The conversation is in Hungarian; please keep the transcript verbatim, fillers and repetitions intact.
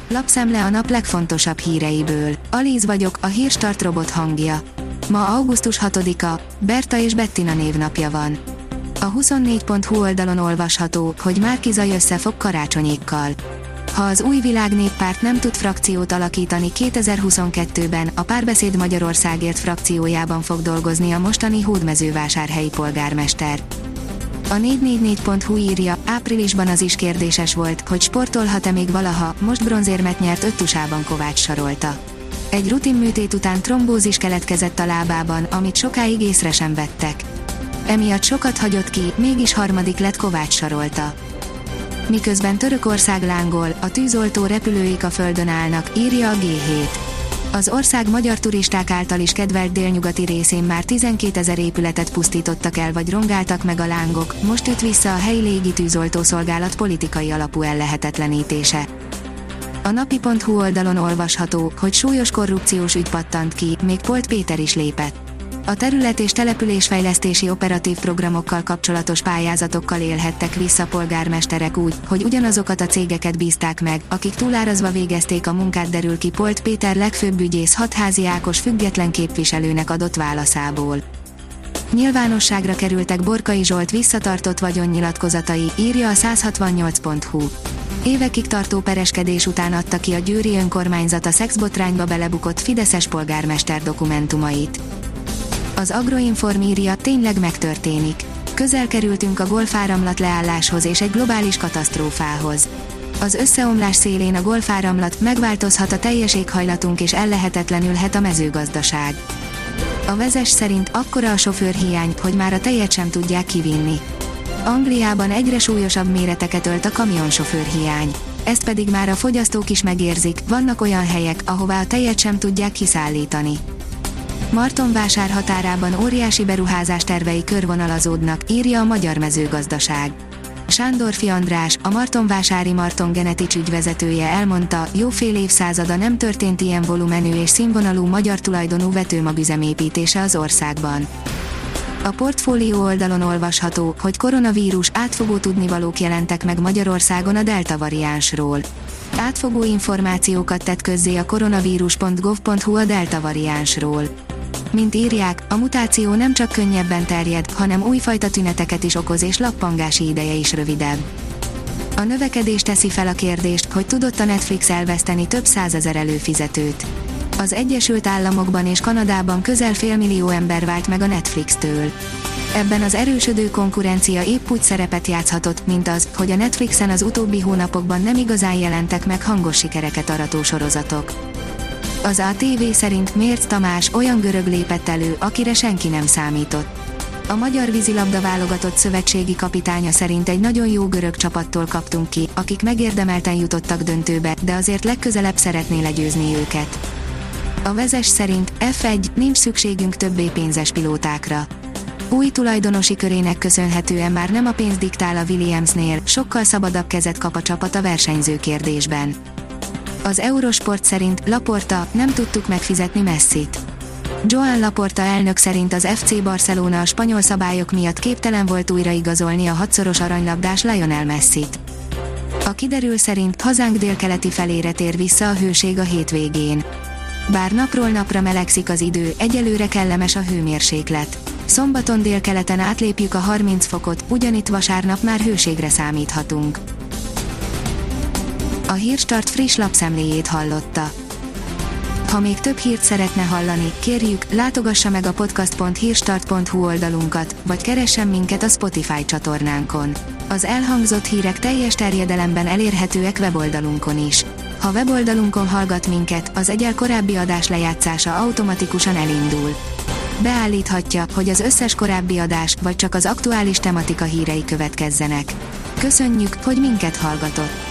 Lapszemle a nap legfontosabb híreiből. Alíz vagyok, a Hírstart robot hangja. Ma augusztus hatodika, Berta és Bettina névnapja van. A huszonnégy pont hu oldalon olvasható, hogy Márki-Zay összefog Karácsonyékkal. Ha az Új Világ Néppárt nem tud frakciót alakítani kétezer-huszonkettőben, a Párbeszéd Magyarországért frakciójában fog dolgozni a mostani hódmezővásárhelyi polgármester. A négy négy négy pont hu írja, áprilisban az is kérdéses volt, hogy sportolhat-e még valaha, most bronzérmet nyert öttusában Kovács Sarolta. Egy rutinműtét után trombózis keletkezett a lábában, amit sokáig észre sem vettek. Emiatt sokat hagyott ki, mégis harmadik lett Kovács Sarolta. Miközben Törökország lángol, a tűzoltó repülőik a földön állnak, írja a gé hét. Az ország magyar turisták által is kedvelt délnyugati részén már tizenkétezer épületet pusztítottak el vagy rongáltak meg a lángok, most üt vissza a helyi légi tűzoltószolgálat politikai alapú ellehetetlenítése. A napi pont hu oldalon olvasható, hogy súlyos korrupciós ügy pattant ki, még Polt Péter is lépett. A terület- és településfejlesztési operatív programokkal kapcsolatos pályázatokkal élhettek vissza polgármesterek úgy, hogy ugyanazokat a cégeket bízták meg, akik túlárazva végezték a munkát, derül ki Polt Péter legfőbb ügyész Hatházi Ákos független képviselőnek adott válaszából. Nyilvánosságra kerültek Borkai Zsolt visszatartott vagyonnyilatkozatai, írja a száz hatvannyolc pont hu. Évekig tartó pereskedés után adta ki a győri önkormányzat a szexbotrányba belebukott fideszes polgármester dokumentumait. Az Agroinform írja, tényleg megtörténik. Közel kerültünk a golfáramlat leálláshoz és egy globális katasztrófához. Az összeomlás szélén a golfáramlat, megváltozhat a teljes éghajlatunk és ellehetetlenülhet a mezőgazdaság. A Vezes szerint akkora a sofőrhiány, hogy már a tejet sem tudják kivinni. Angliában egyre súlyosabb méreteket ölt a kamionsofőrhiány. Ezt pedig már a fogyasztók is megérzik, vannak olyan helyek, ahová a tejet sem tudják kiszállítani. Martonvásár határában óriási beruházás tervei körvonalazódnak, írja a Magyar Mezőgazdaság. Sándorfi András, a martonvásári Marton Genetics ügyvezetője elmondta, jó fél évszázada nem történt ilyen volumenű és színvonalú magyar tulajdonú vetőmagüzem építése az országban. A Portfólió oldalon olvasható, hogy koronavírus átfogó tudnivalók jelentek meg Magyarországon a Delta variánsról. Átfogó információkat tett közzé a koronavírus pont gov pont hu a Delta variánsról. Mint írják, a mutáció nem csak könnyebben terjed, hanem újfajta tüneteket is okoz és lappangási ideje is rövidebb. A növekedés teszi fel a kérdést, hogy tudott a Netflix elveszteni több százezer előfizetőt. Az Egyesült Államokban és Kanadában közel félmillió ember vált meg a Netflix-től. Ebben az erősödő konkurencia épp úgy szerepet játszhatott, mint az, hogy a Netflixen az utóbbi hónapokban nem igazán jelentek meg hangos sikereket arató sorozatok. Az á té vé szerint Mérc Tamás olyan görög lépett elő, akire senki nem számított. A magyar vízilabda válogatott szövetségi kapitánya szerint egy nagyon jó görög csapattól kaptunk ki, akik megérdemelten jutottak döntőbe, de azért legközelebb szeretné legyőzni őket. A Vezes szerint ef egy, nincs szükségünk többé pénzes pilótákra. Új tulajdonosi körének köszönhetően már nem a pénz diktál a Williamsnél, sokkal szabadabb kezet kap a csapat a versenyző kérdésben. Az Eurosport szerint Laporta, nem tudtuk megfizetni Messit. Joan Laporta elnök szerint az ef cé Barcelona a spanyol szabályok miatt képtelen volt újraigazolni a hatszoros aranylabdás Lionel Messit. A kiderül szerint hazánk délkeleti felére tér vissza a hőség a hétvégén. Bár napról napra melegszik az idő, egyelőre kellemes a hőmérséklet. Szombaton délkeleten átlépjük a harminc fokot, ugyanitt vasárnap már hőségre számíthatunk. A Hírstart friss lapszemléjét hallotta. Ha még több hírt szeretne hallani, kérjük, látogassa meg a podcast pont hírstart pont hu oldalunkat, vagy keressen minket a Spotify csatornánkon. Az elhangzott hírek teljes terjedelemben elérhetőek weboldalunkon is. Ha weboldalunkon hallgat minket, az egyel korábbi adás lejátszása automatikusan elindul. Beállíthatja, hogy az összes korábbi adás, vagy csak az aktuális tematika hírei következzenek. Köszönjük, hogy minket hallgatott!